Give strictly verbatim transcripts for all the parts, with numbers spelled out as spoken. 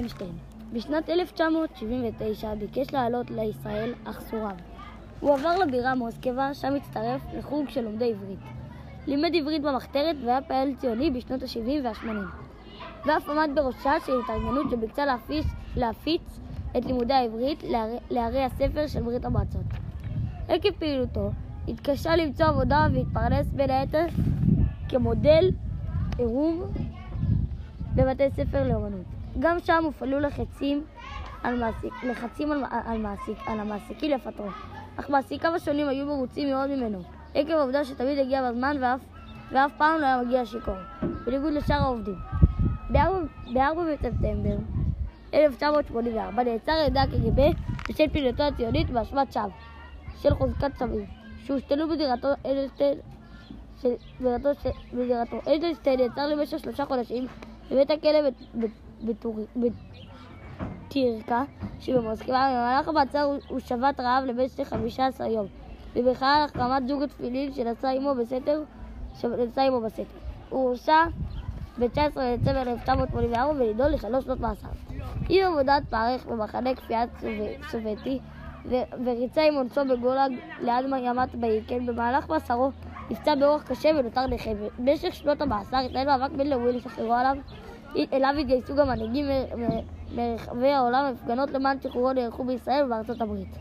אדלשטיין. בשנת אלף תשע מאות שבעים ותשע ביקש לעלות לישראל, אך סורב. הוא עבר לבירה מוסקבה, שם הצטרף לחוג של לומדי עברית. לימד עברית במחתרת והיה פעיל ציוני בשנות ה-שבעים וה-שמונים. ואף עמד בראשה של התארגנות שביקשה להפיץ, להפיץ את לימודי העברית לערי, לערי הספר של ברית המועצות. עקב פעילותו התקשה למצוא עבודה והתפרנס בין היתר כמודל עירוב בבתי ספר לאמנות. גם שם הופעלו לחצים על מעסיק, לחצים על, על, מעסיק, על המעסיקי לפטרו, אך מעסיקיו השונים היו מרוצים מאוד ממנו, עקב העובדה שתמיד הגיע בזמן ואף, ואף פעם לא היה מגיע שיכור, בניגוד לשאר העובדים. ב-ארבעה בספטמבר אלף תשע מאות שמונים וארבע נעצר על ידי הקג"ב בשל פעילותו הציונית באשמת שווא של חוזקת צווים, שהושתלו בדירתו אדלשטיין. בדירתו אדלשטיין נעצר למשך שלושה חודשים בבית הכלא בטירקה שבמוסקבה. במהלך המעצר הוא שבת רעב למשך חמישה עשר יום, ובכלל על החרמת זוג התפילין שנשא עמו בסתר שנשא עמו בסתר. הוא הורשע ב-תשעה עשר בדצמבר אלף תשע מאות שמונים וארבע ונידון לשלוש שנות מאסר. עם עבודת פרך במחנה כפייה סובייטי וריצה עם עונשו בגולאג ליד ימת באיקן. במהלך מאסרו נפצע באורח קשה ונותר נכה. במשך שנות המאסר התנהל מאבק בינלאומי לשחררו עליו. אליו התגייסו גם מנהיגים מרחבי העולם. הפגנות למען שחרורו נערכו בישראל ובארצות הברית.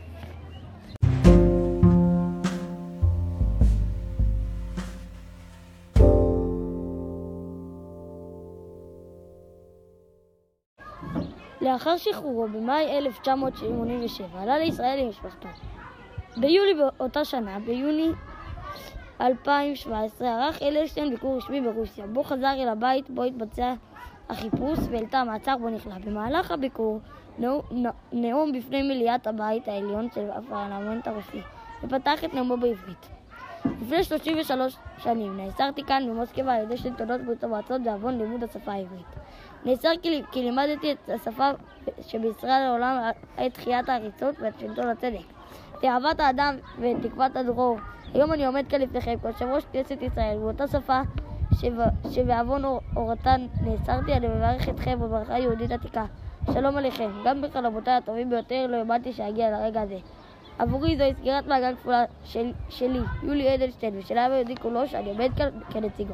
לאחר שחרורו במאי אלף תשע מאות שמונים ושבע עלה לישראל עם משפחתו. ביולי באותה שנה, ביוני אלפיים שבע עשרה, ערך אדלשטיין ביקור רשמי ברוסיה, בו חזר אל הבית בו התבצע החיפוש ואלתא המעצר בו נכלא. במהלך הביקור נאום בפני מליאת הבית העליון של הפרלמנט הרוסי ופתח את נאומו בעברית. לפני שלושים ושלוש שנים נאסרתי כאן במוסקבה על ידי שלטונות ברית המועצות בעוון לימוד השפה העברית. נאסר כי, כי לימדתי את השפה שבישראל לעולם את תחיית העריצות ואת שלטון הצדק, תאוות האדם ואת תקוות הדרור. היום אני עומד כאן לפניכם כיושב ראש כנסת ישראל באותה שפה שבעוון אורתן נאסרתי. אני מברך אתכם בברכה יהודית עתיקה. שלום עליכם. גם בחלומותיי הטובים ביותר לא האמנתי שאגיע לרגע הזה. עבורי זוהי סגירת מעגל כפולה של, שלי, יולי אדלשטיין, ושל העם היהודי כולו, שאני עומד כאן כנציגו.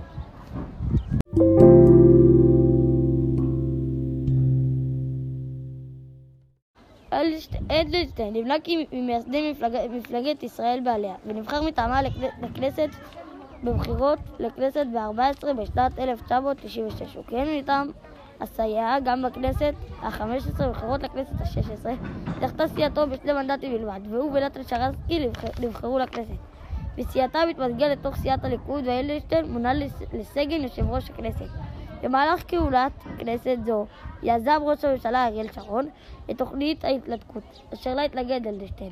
אדלשטיין נמנה ממייסדי מפלגת ישראל בעליה, ונבחר מטעמה לכנסת בבחירות לכנסת ב-ארבע עשרה בשנת אלף תשע מאות תשעים ושש. הוא כיהן מטעם הסייעה גם בכנסת ה-חמש עשרה ובבחירות לכנסת ה-שש עשרה. זכתה סיעתו בשני מנדטים בלבד, והוא ונתן שרנסקי נבחרו לכנסת. וסיעתה מתמזגה לתוך סיעת הליכוד, ואדלשטיין מונה לסגן יושב ראש הכנסת. במהלך כהונת כנסת זו יזם ראש הממשלה אריאל שרון את תוכנית ההתנתקות, אשר לה התנגד אדלשטיין.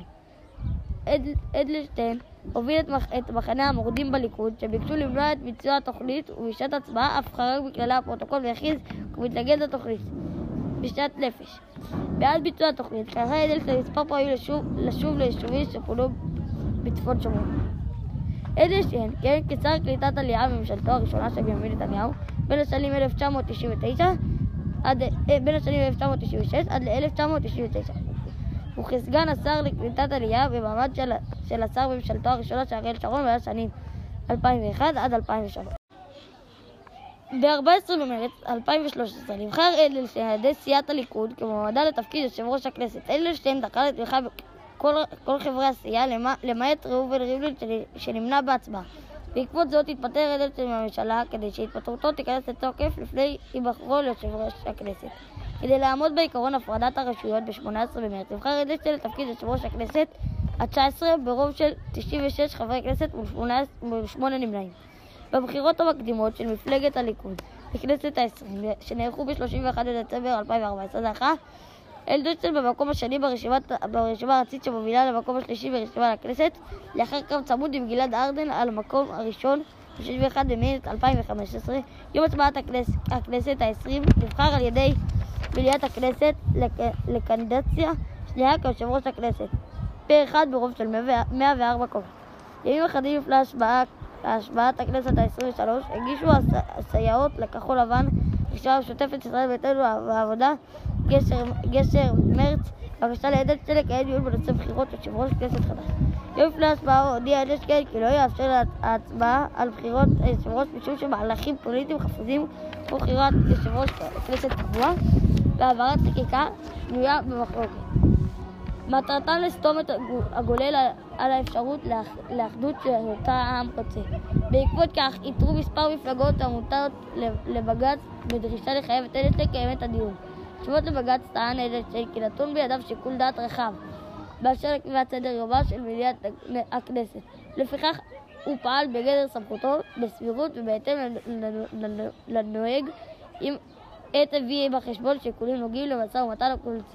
אדלשטיין הוביל את, מח... את מחנה המורדים בליכוד, שביקשו למנוע את ביצוע התוכנית, ובשעת הצבעה אף חרג בכללי הפרוטוקול והכריז כי הוא מתנגד לתוכנית בשעת נפש. בעד ביצוע התוכנית קרא אדלשטיין מספר פעמים לשוב, לשוב ליישובים שפונו בצפון שומרון. אדלשטיין כיהן כשר קליטת עלייה בממשלתו הראשונה של בנימין נתניהו בין השנים אלף תשע מאות תשעים ותשע עד בין השנים אלף תשע מאות תשעים ושש עד ל-אלף תשע מאות תשעים ותשע. וכסגן השר לקליטת עלייה במעמד של, של השר בממשלתו הראשונה של אריאל שרון בין השנים אלפיים ואחת עד אלפיים ושלוש. ב-ארבעה עשר במרץ אלפיים ושלוש עשרה נבחר אדלשטיין על ידי סיעת הליכוד כמועמד לתפקיד יושב ראש הכנסת. אדלשטיין דחה לתמיכה בכל כל חברי הסיעה למעט ראובן ריבלין שנמנע בהצבעה. בעקבות זאת התפטר אדלשטיין מהממשלה כדי שהתפטרותו תיכנס לתוקף לפני היבחרו ליושב ראש הכנסת. כדי לעמוד בעיקרון הפרדת הרשויות ב-שמונה עשרה במרץ נבחר אדלשטיין לתפקיד יושב ראש הכנסת ה-תשע עשרה ברוב של תשעים ושש חברי כנסת ושמונה נמנעים. בבחירות המקדימות של מפלגת הליכוד בכנסת ה-עשרים שנערכו ב-שלושים ואחד בדצמבר אלפיים וארבע עשרה זכה אדלשטיין במקום השני ברשימת, ברשימה הארצית שמובילה למקום השלישי ברשימה לכנסת, לאחר קרב צמוד עם גלעד ארדן על המקום הראשון ב-שישים ואחד במרץ אלפיים וחמש עשרה. יום הצבעת הכנסת, הכנסת ה-עשרים נבחר על ידי מליאת הכנסת לק, לקנדציה שנייה כיושב ראש הכנסת פה אחד ברוב של מאה וארבע קולות. ימים אחדים לפני השבעת הכנסת ה-עשרים ושלוש הגישו הסייעות לכחול לבן הרשימה המשותפת, ישראל ביתנו והעבודה, גשר, גשר מרץ, בקשה לאדלשטיין לקיים דיון בנושא בחירות יושב ראש כנסת חדש. יום לפני ההצבעה הודיע אדלשטיין כי לא יאפשר ההצבעה על בחירות יושב ראש משום שמהלכים פוליטיים חפוזים כמו בחירת יושב ראש כנסת קבוע והעברת חקיקה שנויה במחלוקת. מטרתם לסתום את הגולל על האפשרות לאחדות שאותה העם רוצה. בעקבות כך איתרו מספר מפלגות המותרות לבג"ץ בדרישה לחייב את אדלשטיין לקיים את הדיון. תשובות לבג"ץ טען אדלשטיין כי נתון בידיו שיקול דעת רחב באשר לקביעת סדר יומה של מליאת הכנסת. לפיכך הוא פעל בגדר סמכותו בסבירות ובהתאם לנוהג עם עת הביא בחשבון שיקולים נוגעים למשא ומתן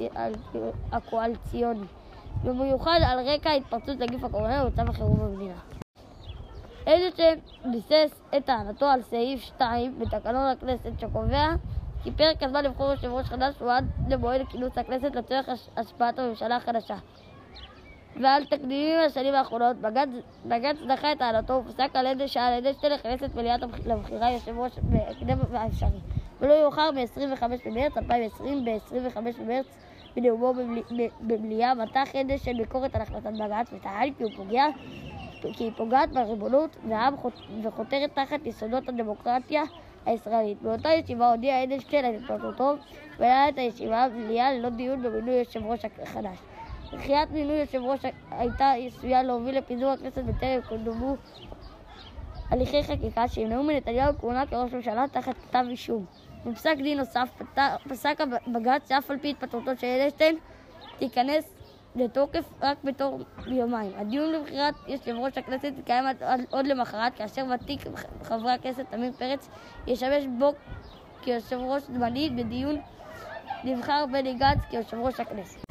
הקואליציוני, במיוחד על רקע התפרצות נגיף הקורונה ומצב החירום במדינה. אדלשטיין ביסס את טענתו על סעיף שתיים בתקנון הכנסת שקובע כי פרק הזמן לבחור יושב ראש חדש הוא עד למועד כינוס הכנסת לצורך השפעת הממשלה החדשה. ועל תקדימים מהשנים האחרונות, בג"ץ דחה את טענתו ופסק על אדלשטיין לכנס את מליאת לבחירה יושב ראש בהקדם האפשרי, ולא יאוחר מ-עשרים וחמישה במרץ אלפיים ועשרים. ב-עשרים וחמישה במרץ בנאומו במליאה מתח אדלשטיין ביקורת על החלטת בג"ץ וטען כי הוא פוגע כי היא פוגעת בריבונות והעם וחותרת תחת יסודות הדמוקרטיה הישראלית. באותה ישיבה הודיע אדלשטיין על התפטרותו והיה את הישיבה במליאה ללא דיון במינוי יושב ראש החדש. דחיית מינוי יושב ראש הייתה עשויה להוביל לפיזור הכנסת בטרם יקודמו הליכי חקיקה שימנעו מנתניהו כהונה כראש ממשלה תחת כתב אישום. בפסק דין נוסף פסק בג"ץ שאף על פי התפטרותו של אדלשטיין תיכנס לתוקף רק בתור יומיים. הדיון לבחירת יושב ראש הכנסת יתקיים עוד למחרת, כאשר ותיק חברי הכנסת עמיר פרץ ישמש בו כיושב ראש זמני בדיון נבחר בני גנץ כיושב ראש הכנסת.